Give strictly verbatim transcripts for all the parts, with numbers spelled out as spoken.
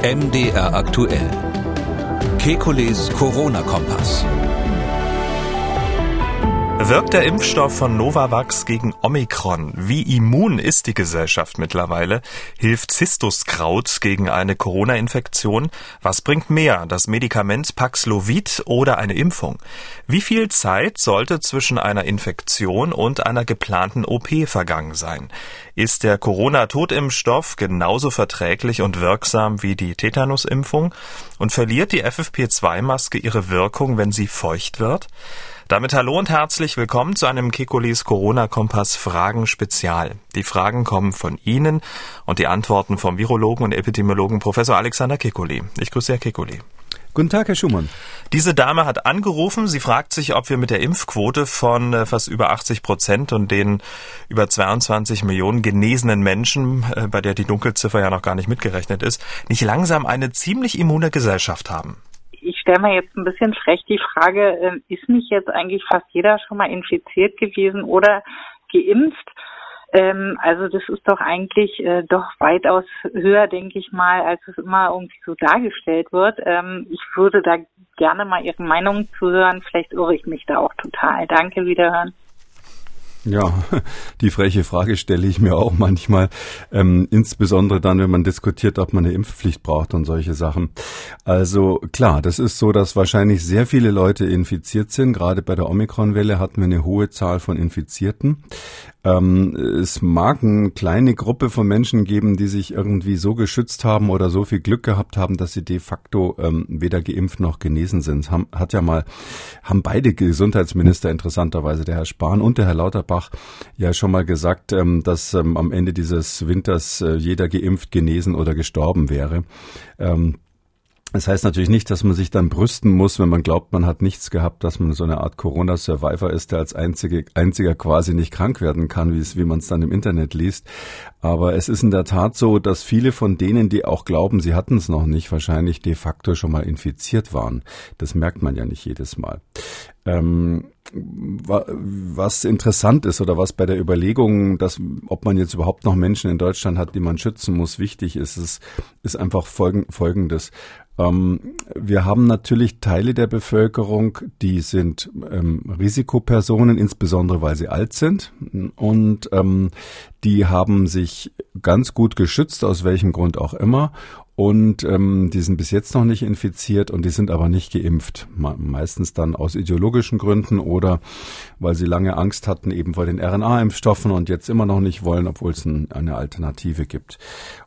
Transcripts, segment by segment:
M D R aktuell. Kekules Corona-Kompass. Wirkt der Impfstoff von Novavax gegen Omikron? Wie immun ist die Gesellschaft mittlerweile? Hilft Zistuskraut gegen eine Corona-Infektion? Was bringt mehr, das Medikament Paxlovid oder eine Impfung? Wie viel Zeit sollte zwischen einer Infektion und einer geplanten O P vergangen sein? Ist der Corona-Totimpfstoff genauso verträglich und wirksam wie die Tetanusimpfung? Und verliert die F F P zwei Maske ihre Wirkung, wenn sie feucht wird? Damit hallo und herzlich willkommen zu einem Kekules Corona-Kompass Fragen-Spezial. Die Fragen kommen von Ihnen und die Antworten vom Virologen und Epidemiologen Professor Alexander Kekulé. Ich grüße Herr Kekulé. Guten Tag, Herr Schumann. Diese Dame hat angerufen. Sie fragt sich, ob wir mit der Impfquote von äh, fast über achtzig Prozent und den über zweiundzwanzig Millionen genesenen Menschen, äh, bei der die Dunkelziffer ja noch gar nicht mitgerechnet ist, nicht langsam eine ziemlich immune Gesellschaft haben. Ich stelle mir jetzt ein bisschen frech die Frage, ist nicht jetzt eigentlich fast jeder schon mal infiziert gewesen oder geimpft? Also das ist doch eigentlich doch weitaus höher, denke ich mal, als es immer irgendwie so dargestellt wird. Ich würde da gerne mal Ihre Meinung zuhören. Vielleicht irre ich mich da auch total. Danke, wiederhören. Ja, die freche Frage stelle ich mir auch manchmal, ähm, insbesondere dann, wenn man diskutiert, ob man eine Impfpflicht braucht und solche Sachen. Also klar, das ist so, dass wahrscheinlich sehr viele Leute infiziert sind. Gerade bei der Omikron-Welle hatten wir eine hohe Zahl von Infizierten. Ähm, es mag eine kleine Gruppe von Menschen geben, die sich irgendwie so geschützt haben oder so viel Glück gehabt haben, dass sie de facto ähm, weder geimpft noch genesen sind. Haben, hat ja mal, haben beide Gesundheitsminister interessanterweise, der Herr Spahn und der Herr Lauterbach, ja schon mal gesagt, ähm, dass ähm, am Ende dieses Winters äh, jeder geimpft, genesen oder gestorben wäre. Ähm, Das heißt natürlich nicht, dass man sich dann brüsten muss, wenn man glaubt, man hat nichts gehabt, dass man so eine Art Corona-Survivor ist, der als einzige, einziger quasi nicht krank werden kann, wie es, wie man es dann im Internet liest. Aber es ist in der Tat so, dass viele von denen, die auch glauben, sie hatten es noch nicht, wahrscheinlich de facto schon mal infiziert waren. Das merkt man ja nicht jedes Mal. Ähm, was interessant ist oder was bei der Überlegung, dass, ob man jetzt überhaupt noch Menschen in Deutschland hat, die man schützen muss, wichtig ist, ist, ist einfach Folgendes. Ähm, wir haben natürlich Teile der Bevölkerung, die sind ähm, Risikopersonen, insbesondere weil sie alt sind, und ähm, die haben sich ganz gut geschützt, aus welchem Grund auch immer. Und ähm, die sind bis jetzt noch nicht infiziert und die sind aber nicht geimpft. Meistens dann aus ideologischen Gründen oder weil sie lange Angst hatten eben vor den R N A-Impfstoffen und jetzt immer noch nicht wollen, obwohl es ein, eine Alternative gibt.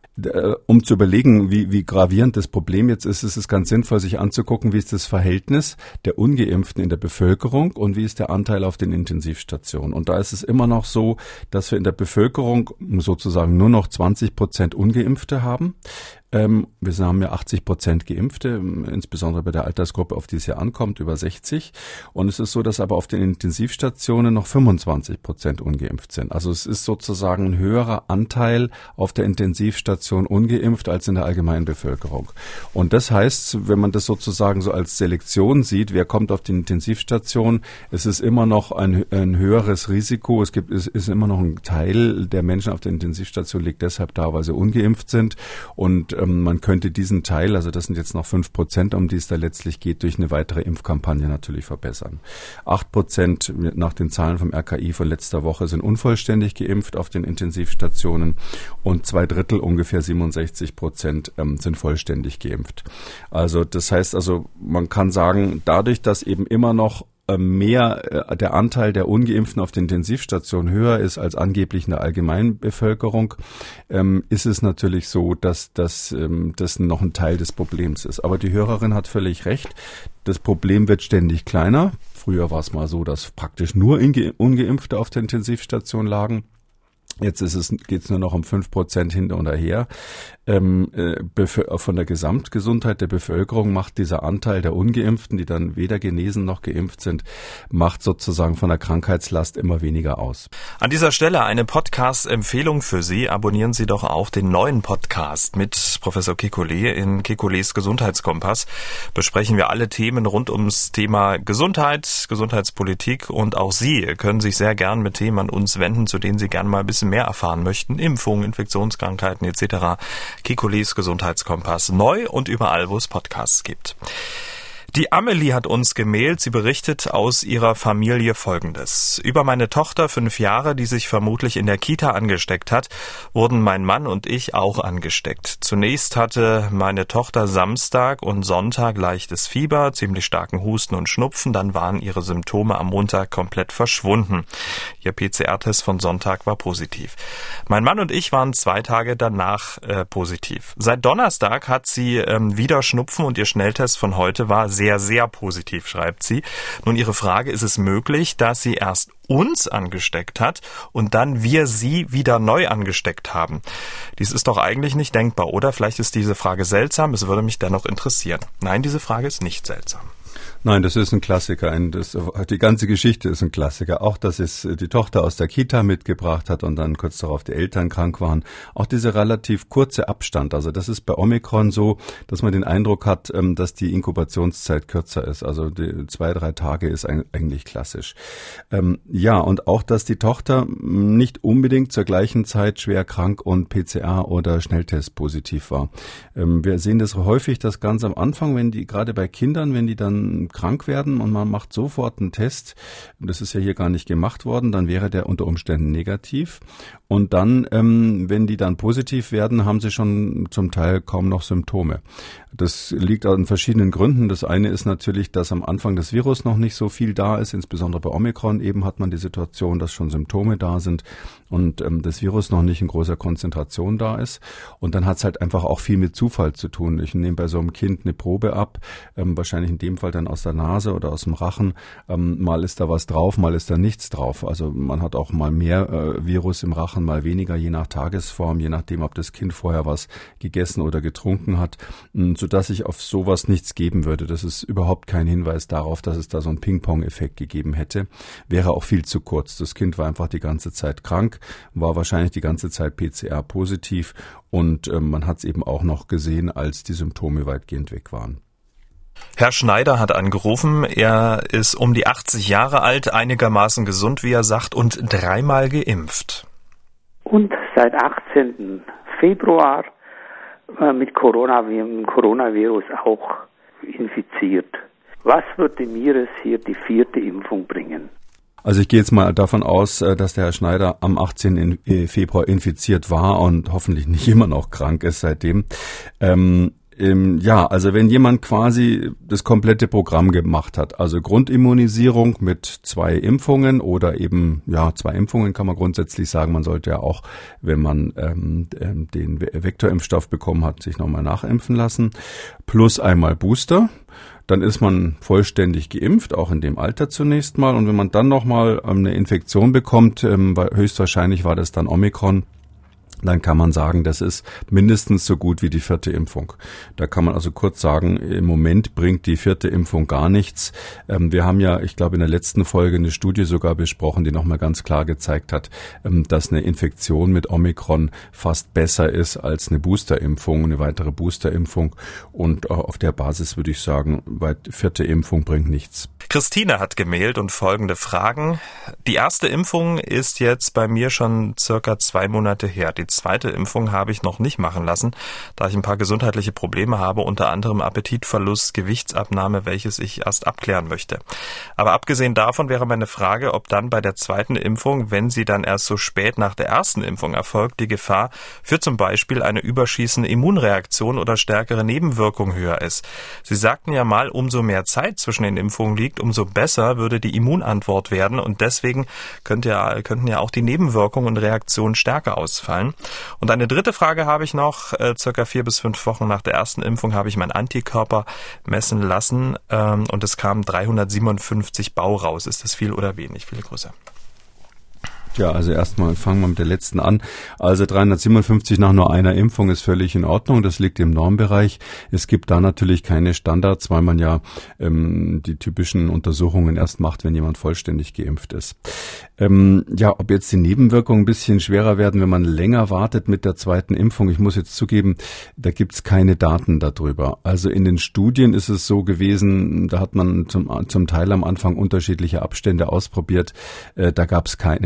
Um zu überlegen, wie, wie gravierend das Problem jetzt ist, ist es ganz sinnvoll, sich anzugucken, wie ist das Verhältnis der Ungeimpften in der Bevölkerung und wie ist der Anteil auf den Intensivstationen. Und da ist es immer noch so, dass wir in der Bevölkerung sozusagen nur noch zwanzig Prozent Ungeimpfte haben. Ähm, wir haben ja achtzig Prozent Geimpfte, insbesondere bei der Altersgruppe, auf die es ja ankommt, über sechzig. Und es ist so, dass aber auf den Intensivstationen noch fünfundzwanzig Prozent ungeimpft sind. Also es ist sozusagen ein höherer Anteil auf der Intensivstation ungeimpft als in der allgemeinen Bevölkerung. Und das heißt, wenn man das sozusagen so als Selektion sieht, wer kommt auf die Intensivstation, es ist immer noch ein, ein höheres Risiko. Es gibt, es ist immer noch ein Teil der Menschen auf der Intensivstation liegt deshalb da, weil sie ungeimpft sind. Und man könnte diesen Teil, also das sind jetzt noch fünf Prozent, um die es da letztlich geht, durch eine weitere Impfkampagne natürlich verbessern. Acht Prozent nach den Zahlen vom R K I von letzter Woche sind unvollständig geimpft auf den Intensivstationen und zwei Drittel, ungefähr siebenundsechzig Prozent, ähm, sind vollständig geimpft. Also das heißt also, man kann sagen, dadurch, dass eben immer noch mehr äh, der Anteil der Ungeimpften auf den Intensivstationen höher ist als angeblich in der Allgemeinbevölkerung, ähm, ist es natürlich so, dass, dass ähm, das noch ein Teil des Problems ist. Aber die Hörerin hat völlig recht. Das Problem wird ständig kleiner. Früher war es mal so, dass praktisch nur Ungeimpfte auf der Intensivstation lagen. Jetzt ist es, geht's nur noch um fünf Prozent hinter und her. Ähm, äh, von der Gesamtgesundheit der Bevölkerung macht dieser Anteil der Ungeimpften, die dann weder genesen noch geimpft sind, macht sozusagen von der Krankheitslast immer weniger aus. An dieser Stelle eine Podcast-Empfehlung für Sie. Abonnieren Sie doch auch den neuen Podcast mit Professor Kekulé. In Kekules Gesundheitskompass besprechen wir alle Themen rund ums Thema Gesundheit, Gesundheitspolitik, und auch Sie können sich sehr gern mit Themen an uns wenden, zu denen Sie gerne mal ein bisschen mehr erfahren möchten. Impfungen, Infektionskrankheiten et cetera. Kekules Gesundheitskompass, neu und überall, wo es Podcasts gibt. Die Amelie hat uns gemailt. Sie berichtet aus ihrer Familie Folgendes. Über meine Tochter, fünf Jahre, die sich vermutlich in der Kita angesteckt hat, wurden mein Mann und ich auch angesteckt. Zunächst hatte meine Tochter Samstag und Sonntag leichtes Fieber, ziemlich starken Husten und Schnupfen. Dann waren ihre Symptome am Montag komplett verschwunden. Ihr P C R-Test von Sonntag war positiv. Mein Mann und ich waren zwei Tage danach äh, positiv. Seit Donnerstag hat sie ähm, wieder Schnupfen und ihr Schnelltest von heute war sehr, sehr positiv, schreibt sie. Nun ihre Frage, ist es möglich, dass sie erst uns angesteckt hat und dann wir sie wieder neu angesteckt haben? Dies ist doch eigentlich nicht denkbar, oder? Vielleicht ist diese Frage seltsam, es würde mich dennoch interessieren. Nein, diese Frage ist nicht seltsam. Nein, das ist ein Klassiker. Das, die ganze Geschichte ist ein Klassiker. Auch, dass es die Tochter aus der Kita mitgebracht hat und dann kurz darauf die Eltern krank waren. Auch dieser relativ kurze Abstand. Also das ist bei Omikron so, dass man den Eindruck hat, dass die Inkubationszeit kürzer ist. Also die zwei, drei Tage ist eigentlich klassisch. Ja, und auch, dass die Tochter nicht unbedingt zur gleichen Zeit schwer krank und P C R oder Schnelltest positiv war. Wir sehen das häufig, dass ganz am Anfang, wenn die, gerade bei Kindern, wenn die dann krank werden und man macht sofort einen Test, das ist ja hier gar nicht gemacht worden, dann wäre der unter Umständen negativ. Und dann, ähm, wenn die dann positiv werden, haben sie schon zum Teil kaum noch Symptome. Das liegt an verschiedenen Gründen. Das eine ist natürlich, dass am Anfang das Virus noch nicht so viel da ist, insbesondere bei Omikron eben hat man die Situation, dass schon Symptome da sind und ähm, das Virus noch nicht in großer Konzentration da ist. Und dann hat es halt einfach auch viel mit Zufall zu tun. Ich nehme bei so einem Kind eine Probe ab, ähm, wahrscheinlich in dem Fall dann aus der Nase oder aus dem Rachen. Ähm, mal ist da was drauf, mal ist da nichts drauf. Also man hat auch mal mehr äh, Virus im Rachen, mal weniger, je nach Tagesform, je nachdem, ob das Kind vorher was gegessen oder getrunken hat, sodass ich auf sowas nichts geben würde. Das ist überhaupt kein Hinweis darauf, dass es da so einen Ping-Pong-Effekt gegeben hätte. Wäre auch viel zu kurz. Das Kind war einfach die ganze Zeit krank, war wahrscheinlich die ganze Zeit P C R positiv und äh, man hat es eben auch noch gesehen, als die Symptome weitgehend weg waren. Herr Schneider hat angerufen. Er ist um die achtzig Jahre alt, einigermaßen gesund, wie er sagt, und dreimal geimpft. Und seit achtzehnten Februar äh, mit Coronavirus, Coronavirus auch infiziert. Was würde mir es hier die vierte Impfung bringen? Also ich gehe jetzt mal davon aus, dass der Herr Schneider am achtzehnten Februar infiziert war und hoffentlich nicht immer noch krank ist seitdem. Ähm, Ja, also wenn jemand quasi das komplette Programm gemacht hat, also Grundimmunisierung mit zwei Impfungen oder eben, ja, zwei Impfungen kann man grundsätzlich sagen, man sollte ja auch, wenn man ähm, den Vektorimpfstoff bekommen hat, sich nochmal nachimpfen lassen, plus einmal Booster. Dann ist man vollständig geimpft, auch in dem Alter zunächst mal. Und wenn man dann nochmal eine Infektion bekommt, ähm, höchstwahrscheinlich war das dann Omikron, dann kann man sagen, das ist mindestens so gut wie die vierte Impfung. Da kann man also kurz sagen, im Moment bringt die vierte Impfung gar nichts. Ähm, wir haben ja, ich glaube, in der letzten Folge eine Studie sogar besprochen, die nochmal ganz klar gezeigt hat, ähm, dass eine Infektion mit Omikron fast besser ist als eine Boosterimpfung, eine weitere Boosterimpfung. Und äh, auf der Basis würde ich sagen, bei vierte Impfung bringt nichts. Christine hat gemailt und folgende Fragen. Die erste Impfung ist jetzt bei mir schon circa zwei Monate her. Die zweite Impfung habe ich noch nicht machen lassen, da ich ein paar gesundheitliche Probleme habe, unter anderem Appetitverlust, Gewichtsabnahme, welches ich erst abklären möchte. Aber abgesehen davon wäre meine Frage, ob dann bei der zweiten Impfung, wenn sie dann erst so spät nach der ersten Impfung erfolgt, die Gefahr für zum Beispiel eine überschießende Immunreaktion oder stärkere Nebenwirkung höher ist. Sie sagten ja mal, umso mehr Zeit zwischen den Impfungen liegt, umso besser würde die Immunantwort werden und deswegen könnte ja, könnten ja auch die Nebenwirkungen und Reaktionen stärker ausfallen. Und eine dritte Frage habe ich noch. Äh, circa vier bis fünf Wochen nach der ersten Impfung habe ich meinen Antikörper messen lassen ähm, und es kamen dreihundertsiebenundfünfzig Bau raus. Ist das viel oder wenig? Viele Grüße. Ja, also erstmal fangen wir mit der letzten an. Also dreihundertsiebenundfünfzig nach nur einer Impfung ist völlig in Ordnung. Das liegt im Normbereich. Es gibt da natürlich keine Standards, weil man ja ähm, die typischen Untersuchungen erst macht, wenn jemand vollständig geimpft ist. Ähm, ja, ob jetzt die Nebenwirkungen ein bisschen schwerer werden, wenn man länger wartet mit der zweiten Impfung. Ich muss jetzt zugeben, da gibt's keine Daten darüber. Also in den Studien ist es so gewesen, da hat man zum, zum Teil am Anfang unterschiedliche Abstände ausprobiert. Äh, da gab's keinen Unterschied.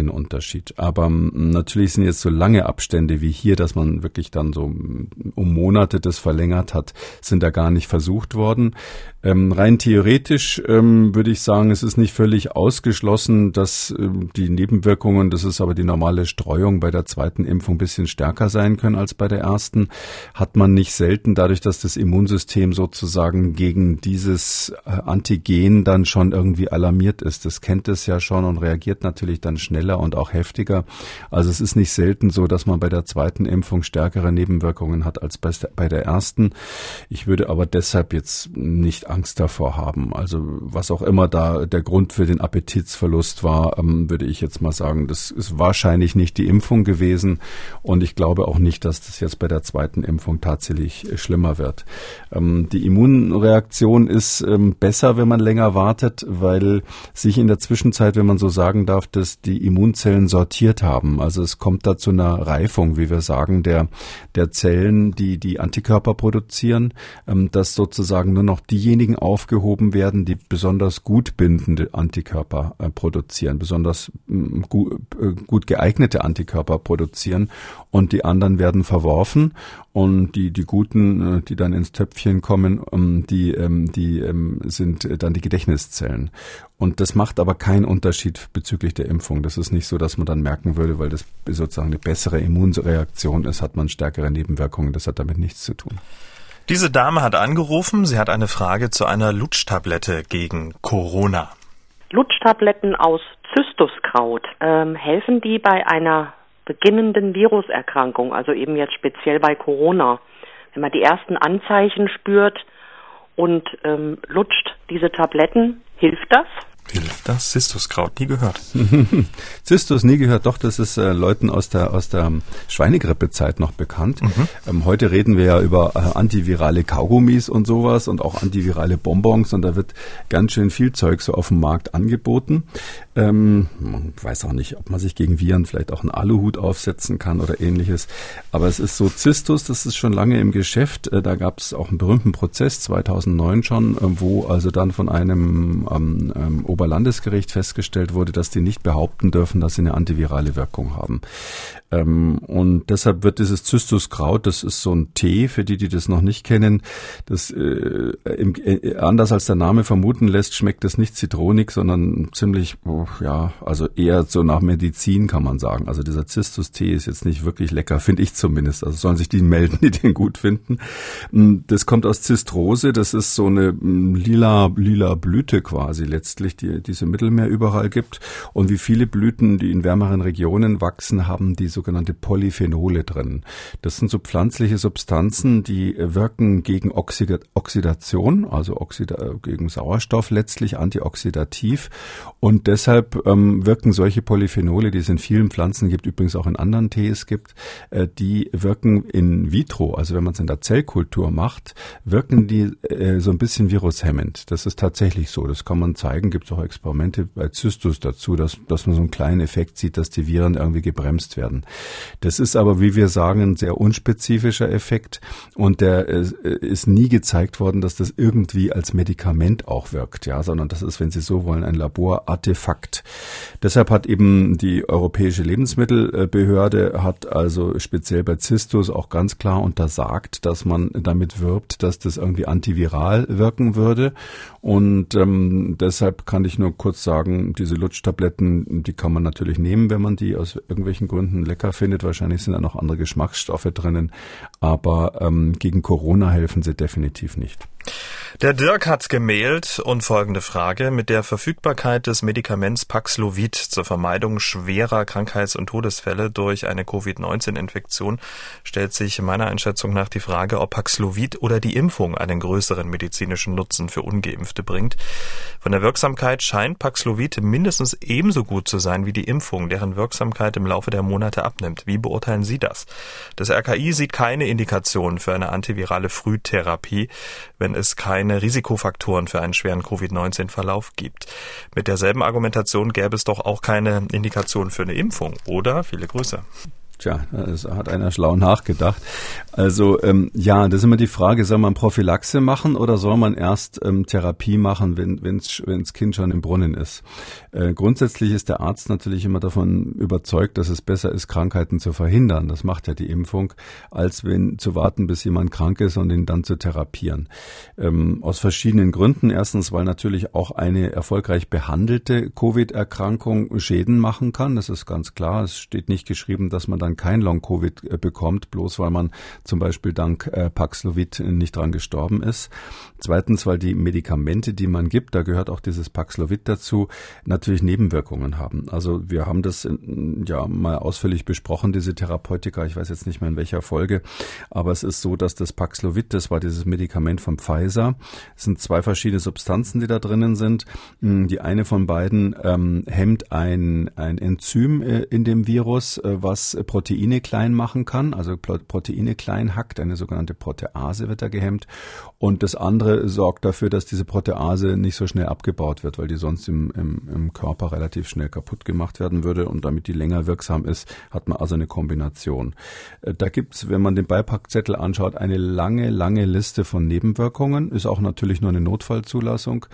Unterschied. Aber natürlich sind jetzt so lange Abstände wie hier, dass man wirklich dann so um Monate das verlängert hat, sind da gar nicht versucht worden. Ähm, rein theoretisch ähm, würde ich sagen, es ist nicht völlig ausgeschlossen, dass ähm, die Nebenwirkungen, das ist aber die normale Streuung bei der zweiten Impfung, ein bisschen stärker sein können als bei der ersten. Hat man nicht selten dadurch, dass das Immunsystem sozusagen gegen dieses äh, Antigen dann schon irgendwie alarmiert ist. Das kennt es ja schon und reagiert natürlich dann schneller und auch heftiger. Also es ist nicht selten so, dass man bei der zweiten Impfung stärkere Nebenwirkungen hat als bei der ersten. Ich würde aber deshalb jetzt nicht Angst davor haben. Also was auch immer da der Grund für den Appetitsverlust war, ähm, würde ich jetzt mal sagen, das ist wahrscheinlich nicht die Impfung gewesen und ich glaube auch nicht, dass das jetzt bei der zweiten Impfung tatsächlich äh, schlimmer wird. Ähm, die Immunreaktion ist ähm, besser, wenn man länger wartet, weil sich in der Zwischenzeit, wenn man so sagen darf, dass die Immunzellen sortiert haben. Also es kommt da zu einer Reifung, wie wir sagen, der, der Zellen, die die Antikörper produzieren, ähm, dass sozusagen nur noch diejenigen aufgehoben werden, die besonders gut bindende Antikörper äh, produzieren, besonders äh, gut, äh, gut geeignete Antikörper produzieren und die anderen werden verworfen und die die guten, äh, die dann ins Töpfchen kommen, ähm, die ähm, die ähm, sind äh, dann die Gedächtniszellen. Und das macht aber keinen Unterschied bezüglich der Impfung. Das ist nicht so, dass man dann merken würde, weil das sozusagen eine bessere Immunreaktion ist, hat man stärkere Nebenwirkungen. Das hat damit nichts zu tun. Diese Dame hat angerufen, sie hat eine Frage zu einer Lutschtablette gegen Corona. Lutschtabletten aus Zystuskraut, ähm, helfen die bei einer beginnenden Viruserkrankung, also eben jetzt speziell bei Corona? Wenn man die ersten Anzeichen spürt und ähm, lutscht diese Tabletten, hilft das? Hilft das? Zystuskraut, nie gehört. Zystus, nie gehört, doch, das ist äh, Leuten aus der aus der Schweinegrippezeit noch bekannt. Mhm. Ähm, heute reden wir ja über äh, antivirale Kaugummis und sowas und auch antivirale Bonbons und da wird ganz schön viel Zeug so auf dem Markt angeboten. Ähm, man weiß auch nicht, ob man sich gegen Viren vielleicht auch einen Aluhut aufsetzen kann oder ähnliches. Aber es ist so, Zystus, das ist schon lange im Geschäft. Äh, da gab es auch einen berühmten Prozess, zweitausendneun schon, äh, wo also dann von einem ähm, ähm, Oberlandesgericht festgestellt wurde, dass die nicht behaupten dürfen, dass sie eine antivirale Wirkung haben. Ähm, und deshalb wird dieses Zystuskraut, das ist so ein Tee, für die, die das noch nicht kennen, das äh, im, äh, anders als der Name vermuten lässt, schmeckt das nicht zitronig, sondern ziemlich, oh, ja, also eher so nach Medizin kann man sagen. Also dieser Zystus-Tee ist jetzt nicht wirklich lecker, finde ich zumindest. Also sollen sich die melden, die den gut finden. Das kommt aus Zistrose, das ist so eine lila, lila Blüte quasi letztlich, die diese Mittelmeer überall gibt. Und wie viele Blüten, die in wärmeren Regionen wachsen, haben die sogenannte Polyphenole drin. Das sind so pflanzliche Substanzen, die wirken gegen Oxida- Oxidation, also Oxida- gegen Sauerstoff letztlich, antioxidativ. Und deshalb ähm, wirken solche Polyphenole, die es in vielen Pflanzen gibt, übrigens auch in anderen Tees gibt, äh, die wirken in vitro, also wenn man es in der Zellkultur macht, wirken die äh, so ein bisschen virushemmend. Das ist tatsächlich so. Das kann man zeigen, gibt es auch Experimente bei Zystus dazu, dass, dass man so einen kleinen Effekt sieht, dass die Viren irgendwie gebremst werden. Das ist aber, wie wir sagen, ein sehr unspezifischer Effekt und der äh, ist nie gezeigt worden, dass das irgendwie als Medikament auch wirkt, ja, sondern das ist, wenn Sie so wollen, ein Laborartefakt. Deshalb hat eben die Europäische Lebensmittelbehörde hat also speziell bei Zystus auch ganz klar untersagt, dass man damit wirbt, dass das irgendwie antiviral wirken würde. Und ähm, deshalb kann ich nur kurz sagen, diese Lutschtabletten, die kann man natürlich nehmen, wenn man die aus irgendwelchen Gründen lecker findet. Wahrscheinlich sind da noch andere Geschmacksstoffe drinnen. Aber ähm, gegen Corona helfen sie definitiv nicht. Der Dirk hat gemailt und folgende Frage. Mit der Verfügbarkeit des Medikaments Paxlovid zur Vermeidung schwerer Krankheits- und Todesfälle durch eine Covid neunzehn Infektion stellt sich meiner Einschätzung nach die Frage, ob Paxlovid oder die Impfung einen größeren medizinischen Nutzen für Ungeimpfte bringt. Von der Wirksamkeit scheint Paxlovid mindestens ebenso gut zu sein wie die Impfung, deren Wirksamkeit im Laufe der Monate abnimmt. Wie beurteilen Sie das? Das R K I sieht keine Indikation für eine antivirale Frühtherapie, wenn es keine Risikofaktoren für einen schweren Covid neunzehn Verlauf gibt. Mit derselben Argumentation gäbe es doch auch keine Indikation für eine Impfung, oder? Viele Grüße. Tja, das hat einer schlau nachgedacht. Also ähm, ja, das ist immer die Frage, soll man Prophylaxe machen oder soll man erst ähm, Therapie machen, wenn wenn's, wenn's Kind schon im Brunnen ist? Äh, grundsätzlich ist der Arzt natürlich immer davon überzeugt, dass es besser ist, Krankheiten zu verhindern. Das macht ja die Impfung, als wenn zu warten, bis jemand krank ist und ihn dann zu therapieren. Ähm, aus verschiedenen Gründen. Erstens, weil natürlich auch eine erfolgreich behandelte Covid-Erkrankung Schäden machen kann. Das ist ganz klar. Es steht nicht geschrieben, dass man dann kein Long-Covid bekommt, bloß weil man zum Beispiel dank äh, Paxlovid nicht dran gestorben ist. Zweitens, weil die Medikamente, die man gibt, da gehört auch dieses Paxlovid dazu, natürlich Nebenwirkungen haben. Also wir haben das in, ja mal ausführlich besprochen, diese Therapeutika, ich weiß jetzt nicht mehr in welcher Folge, aber es ist so, dass das Paxlovid, das war dieses Medikament von Pfizer, es sind zwei verschiedene Substanzen, die da drinnen sind. Die eine von beiden ähm, hemmt ein, ein Enzym äh, in dem Virus, äh, was Proteine klein machen kann, also Proteine klein hackt, eine sogenannte Protease wird da gehemmt, und das andere sorgt dafür, dass diese Protease nicht so schnell abgebaut wird, weil die sonst im, im, im Körper relativ schnell kaputt gemacht werden würde, und damit die länger wirksam ist, hat man also eine Kombination. Da gibt's, wenn man den Beipackzettel anschaut, eine lange, lange Liste von Nebenwirkungen, ist auch natürlich nur eine Notfallzulassung,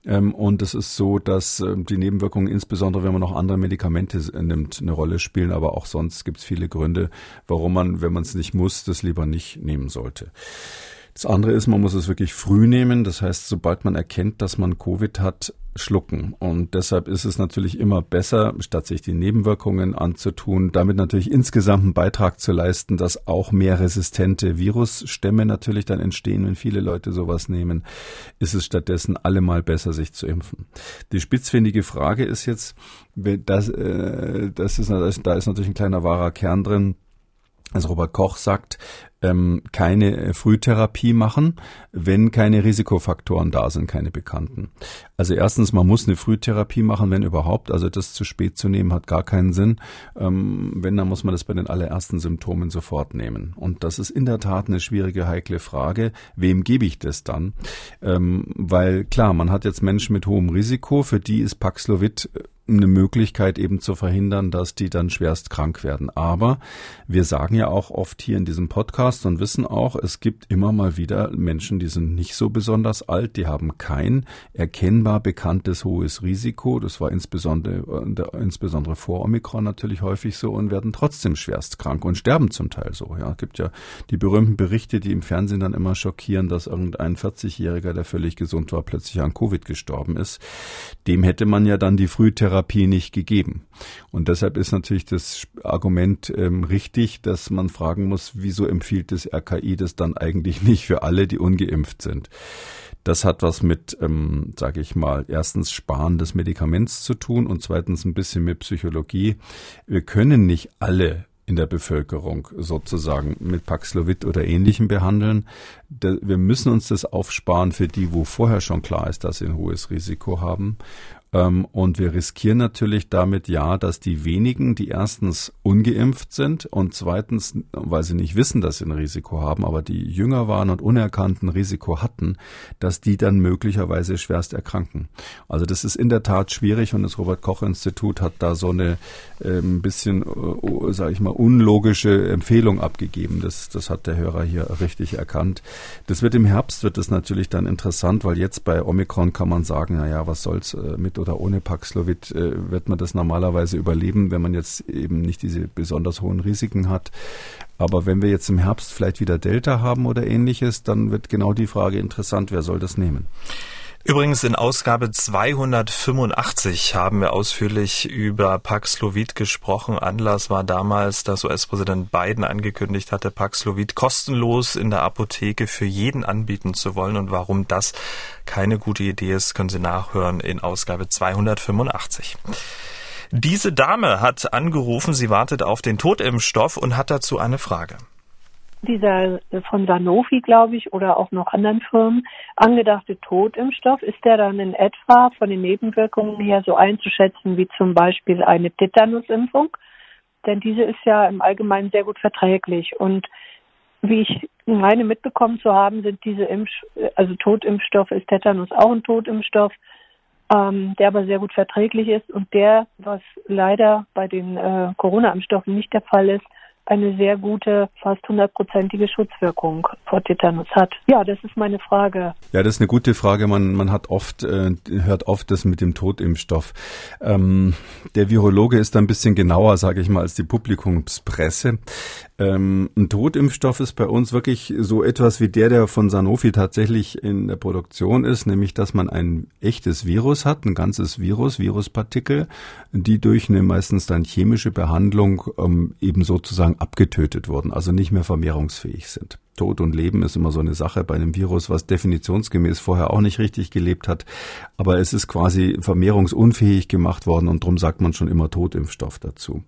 und es ist so, dass die Nebenwirkungen, insbesondere wenn man noch andere Medikamente nimmt, eine Rolle spielen, aber auch sonst gibt es viele Gründe, warum man, wenn man es nicht muss, das lieber nicht nehmen sollte. Das andere ist, man muss es wirklich früh nehmen. Das heißt, sobald man erkennt, dass man Covid hat, schlucken. Und deshalb ist es natürlich immer besser, statt sich die Nebenwirkungen anzutun, damit natürlich insgesamt einen Beitrag zu leisten, dass auch mehr resistente Virusstämme natürlich dann entstehen, wenn viele Leute sowas nehmen, ist es stattdessen allemal besser, sich zu impfen. Die spitzfindige Frage ist jetzt, das, äh, das ist, da ist natürlich ein kleiner wahrer Kern drin. Also Robert Koch sagt, ähm, keine Frühtherapie machen, wenn keine Risikofaktoren da sind, keine bekannten. Also erstens, man muss eine Frühtherapie machen, wenn überhaupt. Also das zu spät zu nehmen, hat gar keinen Sinn. Ähm, wenn, dann muss man das bei den allerersten Symptomen sofort nehmen. Und das ist in der Tat eine schwierige, heikle Frage. Wem gebe ich das dann? Ähm, weil klar, man hat jetzt Menschen mit hohem Risiko, für die ist Paxlovid eine Möglichkeit eben zu verhindern, dass die dann schwerst krank werden. Aber wir sagen ja auch oft hier in diesem Podcast und wissen auch, es gibt immer mal wieder Menschen, die sind nicht so besonders alt, die haben kein erkennbar bekanntes hohes Risiko. Das war insbesondere, insbesondere vor Omikron natürlich häufig so, und werden trotzdem schwerst krank und sterben zum Teil so. Ja, es gibt ja die berühmten Berichte, die im Fernsehen dann immer schockieren, dass irgendein vierzigjähriger, der völlig gesund war, plötzlich an Covid gestorben ist. Dem hätte man ja dann die Frühtherapie nicht gegeben. Und deshalb ist natürlich das Argument ähm, richtig, dass man fragen muss, wieso empfiehlt das R K I das dann eigentlich nicht für alle, die ungeimpft sind? Das hat was mit, ähm, sage ich mal, erstens Sparen des Medikaments zu tun und zweitens ein bisschen mit Psychologie. Wir können nicht alle in der Bevölkerung sozusagen mit Paxlovid oder Ähnlichem behandeln. Wir müssen uns das aufsparen für die, wo vorher schon klar ist, dass sie ein hohes Risiko haben. Und wir riskieren natürlich damit, ja, dass die wenigen, die erstens ungeimpft sind und zweitens, weil sie nicht wissen, dass sie ein Risiko haben, aber die jünger waren und unerkannt ein Risiko hatten, dass die dann möglicherweise schwerst erkranken. Also das ist in der Tat schwierig, und das Robert-Koch-Institut hat da so eine äh, ein bisschen, äh, sage ich mal, unlogische Empfehlung abgegeben. Das, das hat der Hörer hier richtig erkannt. Das wird im Herbst, wird das natürlich dann interessant, weil jetzt bei Omikron kann man sagen, na ja, was soll's äh, mit oder ohne Paxlovid, äh, wird man das normalerweise überleben, wenn man jetzt eben nicht diese besonders hohen Risiken hat. Aber wenn wir jetzt im Herbst vielleicht wieder Delta haben oder Ähnliches, dann wird genau die Frage interessant, wer soll das nehmen? Übrigens in Ausgabe zweihundertfünfundachtzig haben wir ausführlich über Paxlovid gesprochen. Anlass war damals, dass U S-Präsident Biden angekündigt hatte, Paxlovid kostenlos in der Apotheke für jeden anbieten zu wollen. Und warum das keine gute Idee ist, können Sie nachhören in Ausgabe zweihundertfünfundachtzig. Diese Dame hat angerufen, sie wartet auf den Totimpfstoff und hat dazu eine Frage. Dieser von Sanofi, glaube ich, oder auch noch anderen Firmen angedachte Totimpfstoff, ist der dann in etwa von den Nebenwirkungen her so einzuschätzen wie zum Beispiel eine Tetanusimpfung? Denn diese ist ja im Allgemeinen sehr gut verträglich. Und wie ich meine mitbekommen zu haben, sind diese Impf- also Totimpfstoffe, ist Tetanus auch ein Totimpfstoff, ähm, der aber sehr gut verträglich ist und der, was leider bei den äh, Corona-Impfstoffen nicht der Fall ist, eine sehr gute, fast hundertprozentige Schutzwirkung vor Tetanus hat. Ja, das ist meine Frage. Ja, das ist eine gute Frage. Man, man hat oft, äh, hört oft das mit dem Totimpfstoff. Ähm, der Virologe ist da ein bisschen genauer, sage ich mal, als die Publikumspresse. Ähm, ein Totimpfstoff ist bei uns wirklich so etwas wie der, der von Sanofi tatsächlich in der Produktion ist, nämlich, dass man ein echtes Virus hat, ein ganzes Virus, Viruspartikel, die durch eine meistens dann chemische Behandlung ähm, eben sozusagen abgetötet wurden, also nicht mehr vermehrungsfähig sind. Tod und Leben ist immer so eine Sache bei einem Virus, was definitionsgemäß vorher auch nicht richtig gelebt hat. Aber es ist quasi vermehrungsunfähig gemacht worden und darum sagt man schon immer Totimpfstoff dazu.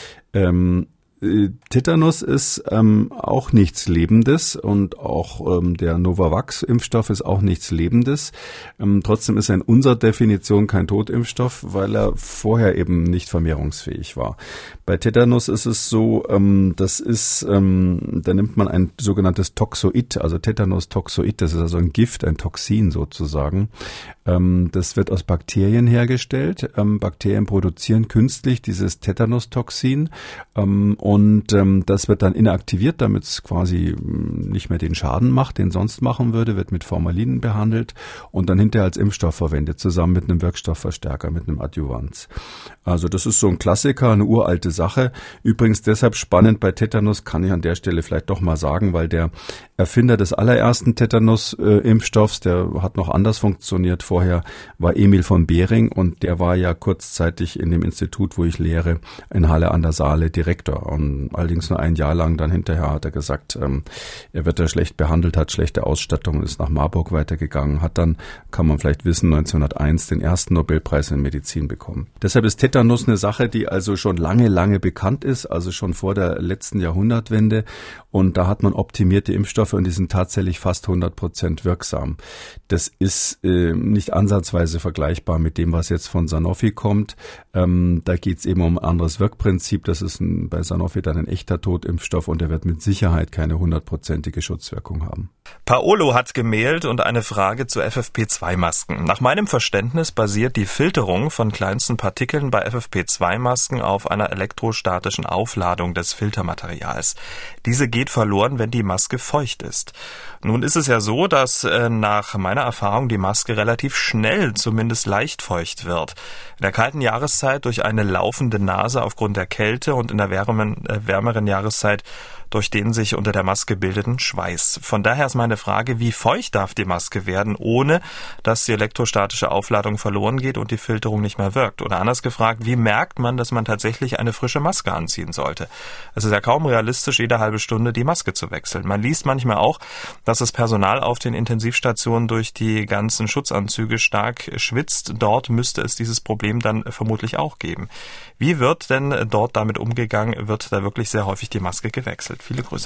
Ähm, Tetanus ist ähm, auch nichts Lebendes und auch ähm, der Novavax-Impfstoff ist auch nichts Lebendes. Ähm, trotzdem ist er in unserer Definition kein Totimpfstoff, weil er vorher eben nicht vermehrungsfähig war. Bei Tetanus ist es so, ähm, das ist, ähm, da nimmt man ein sogenanntes Toxoid, also Tetanus-Toxoid, das ist also ein Gift, ein Toxin sozusagen. Ähm, das wird aus Bakterien hergestellt. Ähm, Bakterien produzieren künstlich dieses Tetanus-Toxin ähm, und ähm, das wird dann inaktiviert, damit es quasi nicht mehr den Schaden macht, den sonst machen würde, wird mit Formalin behandelt und dann hinterher als Impfstoff verwendet, zusammen mit einem Wirkstoffverstärker, mit einem Adjuvans. Also das ist so ein Klassiker, eine uralte Sache. Übrigens deshalb spannend bei Tetanus, kann ich an der Stelle vielleicht doch mal sagen, weil der Erfinder des allerersten Tetanus-Impfstoffs, der hat noch anders funktioniert vorher, war Emil von Behring und der war ja kurzzeitig in dem Institut, wo ich lehre, in Halle an der Saale Direktor. Und allerdings nur ein Jahr lang, dann hinterher hat er gesagt, ähm, er wird da schlecht behandelt, hat schlechte Ausstattung, ist nach Marburg weitergegangen, hat dann, kann man vielleicht wissen, neunzehnhunderteins den ersten Nobelpreis in Medizin bekommen. Deshalb ist Tetanus eine Sache, die also schon lange, lange bekannt ist, also schon vor der letzten Jahrhundertwende. Und da hat man optimierte Impfstoffe und die sind tatsächlich fast hundert Prozent wirksam. Das ist äh, nicht ansatzweise vergleichbar mit dem, was jetzt von Sanofi kommt. Ähm, da geht es eben um ein anderes Wirkprinzip. Das ist ein, bei Sanofi dann ein echter Totimpfstoff und der wird mit Sicherheit keine hundertprozentige Schutzwirkung haben. Paolo hat gemailt und eine Frage zu F F P zwei Masken. Nach meinem Verständnis basiert die Filterung von kleinsten Partikeln bei F F P zwei Masken auf einer elektrostatischen Aufladung des Filtermaterials. Diese geht verloren, wenn die Maske feucht ist. Nun ist es ja so, dass äh, nach meiner Erfahrung die Maske relativ schnell, zumindest leicht feucht wird. In der kalten Jahreszeit durch eine laufende Nase aufgrund der Kälte und in der wärmen, äh, wärmeren Jahreszeit durch den sich unter der Maske bildenden Schweiß. Von daher ist meine Frage, wie feucht darf die Maske werden, ohne dass die elektrostatische Aufladung verloren geht und die Filterung nicht mehr wirkt? Oder anders gefragt, wie merkt man, dass man tatsächlich eine frische Maske anziehen sollte? Es ist ja kaum realistisch, jede halbe Stunde die Maske zu wechseln. Man liest manchmal auch, dass das Personal auf den Intensivstationen durch die ganzen Schutzanzüge stark schwitzt. Dort müsste es dieses Problem dann vermutlich auch geben. Wie wird denn dort damit umgegangen? Wird da wirklich sehr häufig die Maske gewechselt? Viele Grüße.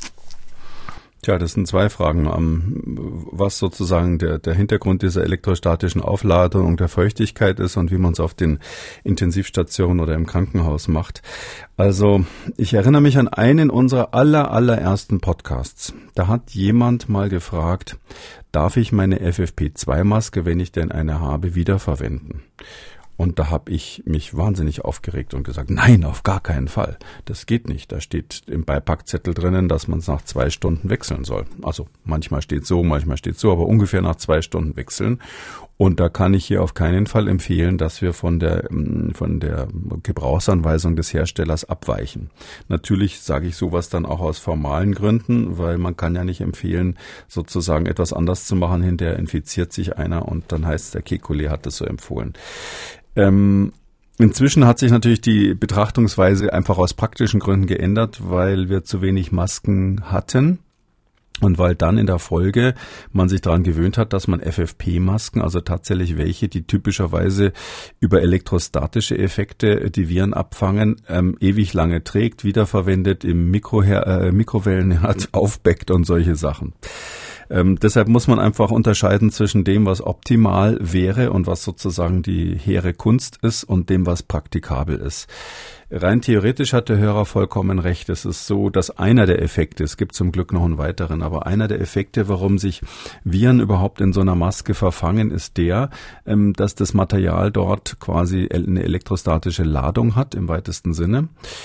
Tja, das sind zwei Fragen. Was sozusagen der, der Hintergrund dieser elektrostatischen Aufladung und der Feuchtigkeit ist und wie man es auf den Intensivstationen oder im Krankenhaus macht. Also ich erinnere mich an einen unserer aller, allerersten Podcasts. Da hat jemand mal gefragt, darf ich meine F F P zwei Maske, wenn ich denn eine habe, wiederverwenden? Und da habe ich mich wahnsinnig aufgeregt und gesagt, nein, auf gar keinen Fall. Das geht nicht. Da steht im Beipackzettel drinnen, dass man es nach zwei Stunden wechseln soll. Also manchmal steht so, manchmal steht so, aber ungefähr nach zwei Stunden wechseln. Und da kann ich hier auf keinen Fall empfehlen, dass wir von der von der Gebrauchsanweisung des Herstellers abweichen. Natürlich sage ich sowas dann auch aus formalen Gründen, weil man kann ja nicht empfehlen, sozusagen etwas anders zu machen. Hinterher infiziert sich einer und dann heißt es, der Kekulé hat das so empfohlen. Ähm, inzwischen hat sich natürlich die Betrachtungsweise einfach aus praktischen Gründen geändert, weil wir zu wenig Masken hatten und weil dann in der Folge man sich daran gewöhnt hat, dass man F F P-Masken, also tatsächlich welche, die typischerweise über elektrostatische Effekte die Viren abfangen, ähm, ewig lange trägt, wiederverwendet, im Mikroher- äh, Mikrowellenherd aufbeckt und solche Sachen. Ähm, deshalb muss man einfach unterscheiden zwischen dem, was optimal wäre und was sozusagen die hehre Kunst ist und dem, was praktikabel ist. Rein theoretisch hat der Hörer vollkommen recht. Es ist so, dass einer der Effekte, es gibt zum Glück noch einen weiteren, aber einer der Effekte, warum sich Viren überhaupt in so einer Maske verfangen, ist der, dass das Material dort quasi eine elektrostatische Ladung hat, im weitesten Sinne.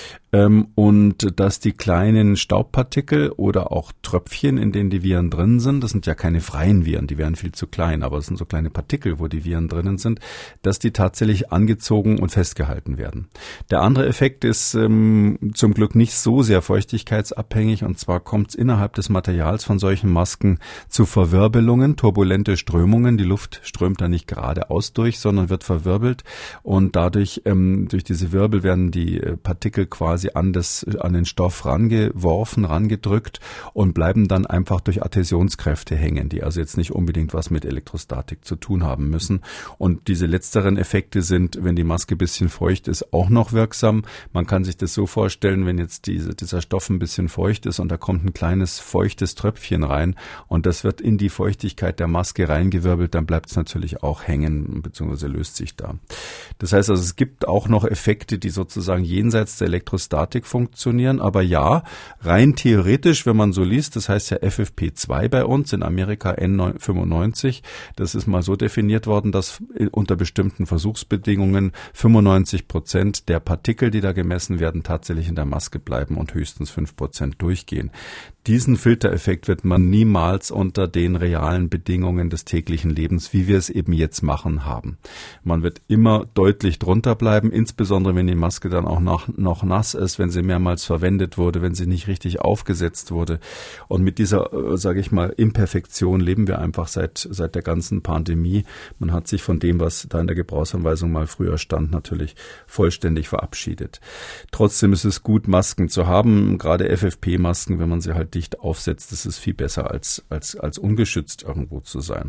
Und dass die kleinen Staubpartikel oder auch Tröpfchen, in denen die Viren drin sind, das sind ja keine freien Viren, die wären viel zu klein, aber es sind so kleine Partikel, wo die Viren drinnen sind, dass die tatsächlich angezogen und festgehalten werden. Der andere Effekt ist ähm, zum Glück nicht so sehr feuchtigkeitsabhängig, und zwar kommt es innerhalb des Materials von solchen Masken zu Verwirbelungen, turbulente Strömungen. Die Luft strömt da nicht geradeaus durch, sondern wird verwirbelt, und dadurch, ähm, durch diese Wirbel werden die äh, Partikel quasi an das, an den Stoff rangeworfen, rangedrückt und bleiben dann einfach durch Adhäsionskräfte hängen, die also jetzt nicht unbedingt was mit Elektrostatik zu tun haben müssen. Und diese letzteren Effekte sind, wenn die Maske ein bisschen feucht ist, auch noch wirksam. Man kann sich das so vorstellen, wenn jetzt diese, dieser Stoff ein bisschen feucht ist und da kommt ein kleines feuchtes Tröpfchen rein und das wird in die Feuchtigkeit der Maske reingewirbelt, dann bleibt es natürlich auch hängen bzw. löst sich da. Das heißt also, es gibt auch noch Effekte, die sozusagen jenseits der Elektrostatik funktionieren, aber ja, rein theoretisch, wenn man so liest, das heißt ja F F P zwei bei uns, in Amerika N fünfundneunzig, das ist mal so definiert worden, dass unter bestimmten Versuchsbedingungen fünfundneunzig Prozent der Partikel, die da gemessen werden, tatsächlich in der Maske bleiben und höchstens fünf Prozent durchgehen. Diesen Filtereffekt wird man niemals unter den realen Bedingungen des täglichen Lebens, wie wir es eben jetzt machen, haben. Man wird immer deutlich drunter bleiben, insbesondere wenn die Maske dann auch noch, noch nass ist, wenn sie mehrmals verwendet wurde, wenn sie nicht richtig aufgesetzt wurde. Und mit dieser, äh, sage ich mal, Imperfektion leben wir einfach seit, seit der ganzen Pandemie. Man hat sich von dem, was da in der Gebrauchsanweisung mal früher stand, natürlich vollständig verabschiedet. Trotzdem ist es gut, Masken zu haben, gerade F F P-Masken, wenn man sie halt dicht aufsetzt, das ist viel besser als als als ungeschützt irgendwo zu sein.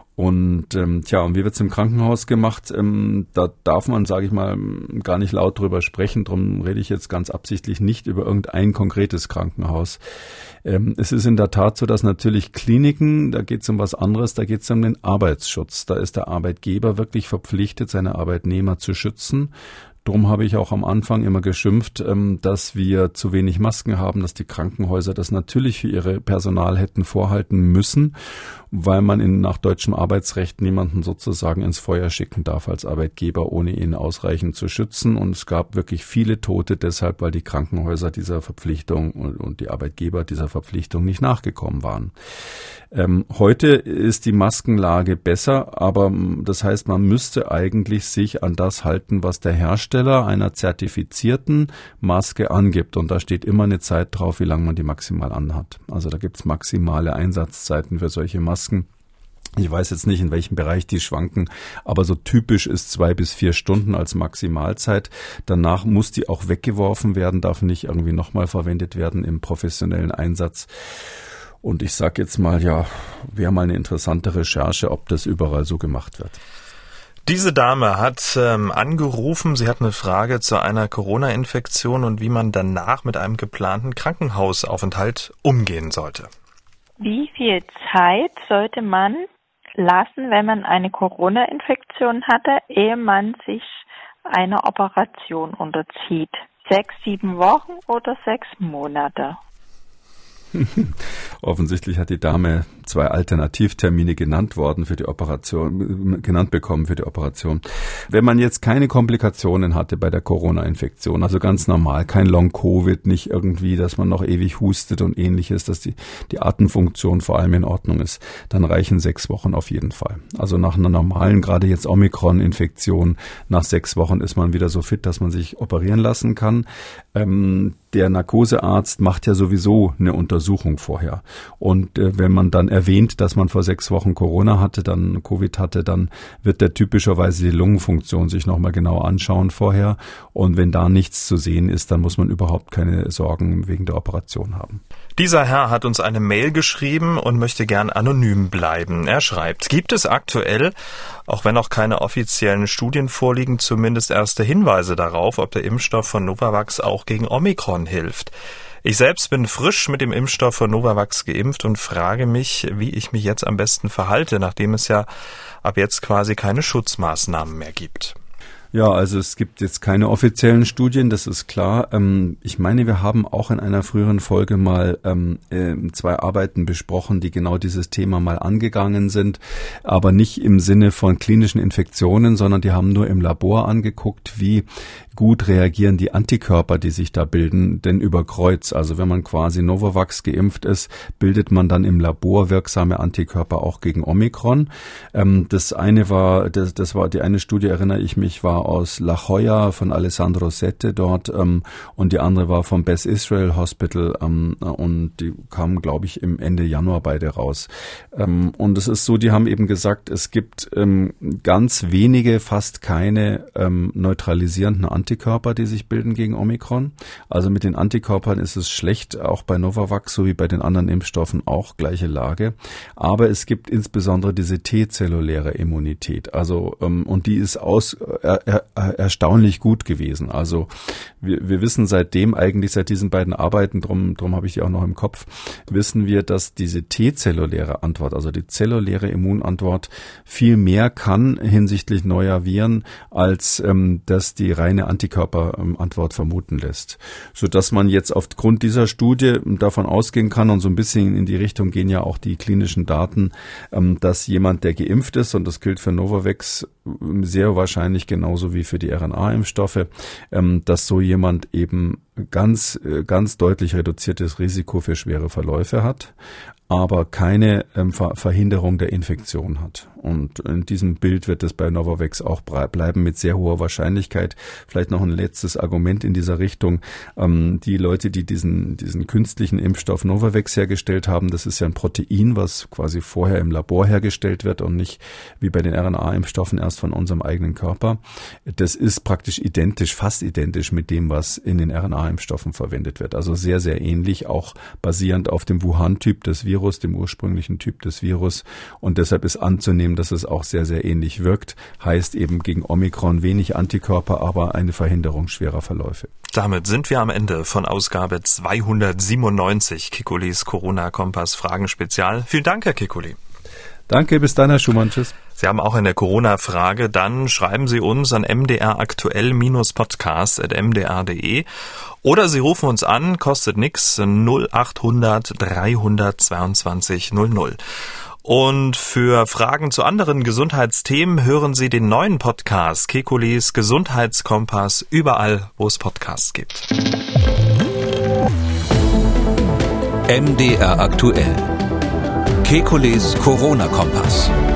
Und ähm, tja, und wie wird's im Krankenhaus gemacht? Ähm, da darf man, sage ich mal, gar nicht laut drüber sprechen. Darum rede ich jetzt ganz absichtlich nicht über irgendein konkretes Krankenhaus. Ähm, es ist in der Tat so, dass natürlich Kliniken, da geht's um was anderes, da geht's um den Arbeitsschutz. Da ist der Arbeitgeber wirklich verpflichtet, seine Arbeitnehmer zu schützen. Darum habe ich auch am Anfang immer geschimpft, dass wir zu wenig Masken haben, dass die Krankenhäuser das natürlich für ihre Personal hätten vorhalten müssen, weil man in, nach deutschem Arbeitsrecht niemanden sozusagen ins Feuer schicken darf als Arbeitgeber, ohne ihn ausreichend zu schützen. Und es gab wirklich viele Tote deshalb, weil die Krankenhäuser dieser Verpflichtung und die Arbeitgeber dieser Verpflichtung nicht nachgekommen waren. Ähm, heute ist die Maskenlage besser, aber das heißt, man müsste eigentlich sich an das halten, was der Hersteller einer zertifizierten Maske angibt. Und da steht immer eine Zeit drauf, wie lange man die maximal anhat. Also da gibt's maximale Einsatzzeiten für solche Masken. Ich weiß jetzt nicht, in welchem Bereich die schwanken, aber so typisch ist zwei bis vier Stunden als Maximalzeit. Danach muss die auch weggeworfen werden, darf nicht irgendwie nochmal verwendet werden im professionellen Einsatz. Und ich sage jetzt mal, ja, wäre mal eine interessante Recherche, ob das überall so gemacht wird. Diese Dame hat ähm, angerufen, sie hat eine Frage zu einer Corona-Infektion und wie man danach mit einem geplanten Krankenhausaufenthalt umgehen sollte. Wie viel Zeit sollte man lassen, wenn man eine Corona-Infektion hatte, ehe man sich einer Operation unterzieht? Sechs, sieben Wochen oder sechs Monate? Offensichtlich hat die Dame zwei Alternativtermine genannt worden für die Operation, genannt bekommen für die Operation. Wenn man jetzt keine Komplikationen hatte bei der Corona-Infektion, also ganz normal, kein Long-Covid, nicht irgendwie, dass man noch ewig hustet und ähnliches, dass die, die Atemfunktion vor allem in Ordnung ist, dann reichen sechs Wochen auf jeden Fall. Also nach einer normalen, gerade jetzt Omikron-Infektion, nach sechs Wochen ist man wieder so fit, dass man sich operieren lassen kann. Ähm, der Narkosearzt macht ja sowieso eine Untersuchung vorher. Und äh, wenn man dann erwähnt, dass man vor sechs Wochen Corona hatte, dann Covid hatte, dann wird der typischerweise die Lungenfunktion sich nochmal genau anschauen vorher. Und wenn da nichts zu sehen ist, dann muss man überhaupt keine Sorgen wegen der Operation haben. Dieser Herr hat uns eine Mail geschrieben und möchte gern anonym bleiben. Er schreibt, gibt es aktuell, auch wenn noch keine offiziellen Studien vorliegen, zumindest erste Hinweise darauf, ob der Impfstoff von Novavax auch gegen Omikron hilft? Ich selbst bin frisch mit dem Impfstoff von Novavax geimpft und frage mich, wie ich mich jetzt am besten verhalte, nachdem es ja ab jetzt quasi keine Schutzmaßnahmen mehr gibt. Ja, also es gibt jetzt keine offiziellen Studien, das ist klar. Ähm, ich meine, wir haben auch in einer früheren Folge mal ähm, äh, zwei Arbeiten besprochen, die genau dieses Thema mal angegangen sind, aber nicht im Sinne von klinischen Infektionen, sondern die haben nur im Labor angeguckt, wie gut reagieren die Antikörper, die sich da bilden, denn über Kreuz. Also wenn man quasi Novavax geimpft ist, bildet man dann im Labor wirksame Antikörper auch gegen Omikron. Ähm, das eine war, das, das war die eine Studie, erinnere ich mich, war aus La Jolla von Alessandro Sette dort ähm, und die andere war vom Beth Israel Hospital ähm, und die kamen, glaube ich, im Ende Januar beide raus. Ähm, und es ist so, die haben eben gesagt, es gibt ähm, ganz wenige, fast keine ähm, neutralisierenden Antikörper, die sich bilden gegen Omikron. Also mit den Antikörpern ist es schlecht, auch bei Novavax, so wie bei den anderen Impfstoffen auch gleiche Lage. Aber es gibt insbesondere diese T-zelluläre Immunität. Also ähm, und die ist aus er, er, erstaunlich gut gewesen. Also wir, wir wissen seitdem eigentlich, seit diesen beiden Arbeiten, drum, drum habe ich die auch noch im Kopf, wissen wir, dass diese T-zelluläre Antwort, also die zelluläre Immunantwort, viel mehr kann hinsichtlich neuer Viren, als ähm, dass die reine Antikörperantwort vermuten lässt. Sodass man jetzt aufgrund dieser Studie davon ausgehen kann, und so ein bisschen in die Richtung gehen ja auch die klinischen Daten, ähm, dass jemand, der geimpft ist, und das gilt für Novavax sehr wahrscheinlich genauso wie für die R N A-Impfstoffe, ähm, dass so jemand eben ganz, ganz deutlich reduziertes Risiko für schwere Verläufe hat, aber keine ähm, Ver- Verhinderung der Infektion hat. Und in diesem Bild wird es bei Novavax auch bleiben mit sehr hoher Wahrscheinlichkeit. Vielleicht noch ein letztes Argument in dieser Richtung. Ähm, die Leute, die diesen, diesen künstlichen Impfstoff Novavax hergestellt haben, das ist ja ein Protein, was quasi vorher im Labor hergestellt wird und nicht wie bei den R N A-Impfstoffen erst von unserem eigenen Körper. Das ist praktisch identisch, fast identisch mit dem, was in den R N A-Impfstoffen verwendet wird. Also sehr, sehr ähnlich, auch basierend auf dem Wuhan-Typ des Virus, dem ursprünglichen Typ des Virus. Und deshalb ist anzunehmen, dass es auch sehr, sehr ähnlich wirkt. Heißt eben gegen Omikron wenig Antikörper, aber eine Verhinderung schwerer Verläufe. Damit sind wir am Ende von Ausgabe zweihundertsiebenundneunzig Kekules Corona-Kompass Fragen Spezial. Vielen Dank, Herr Kekulé. Danke, bis dann, Herr Schumann. Tschüss. Sie haben auch eine Corona-Frage, dann schreiben Sie uns an m d r aktuell Podcast at m d r punkt d e oder Sie rufen uns an, kostet nix, null achthundert dreihundertzweiundzwanzig null null. Und für Fragen zu anderen Gesundheitsthemen hören Sie den neuen Podcast Kekules Gesundheitskompass überall, wo es Podcasts gibt. M D R aktuell. Kekules Corona-Kompass.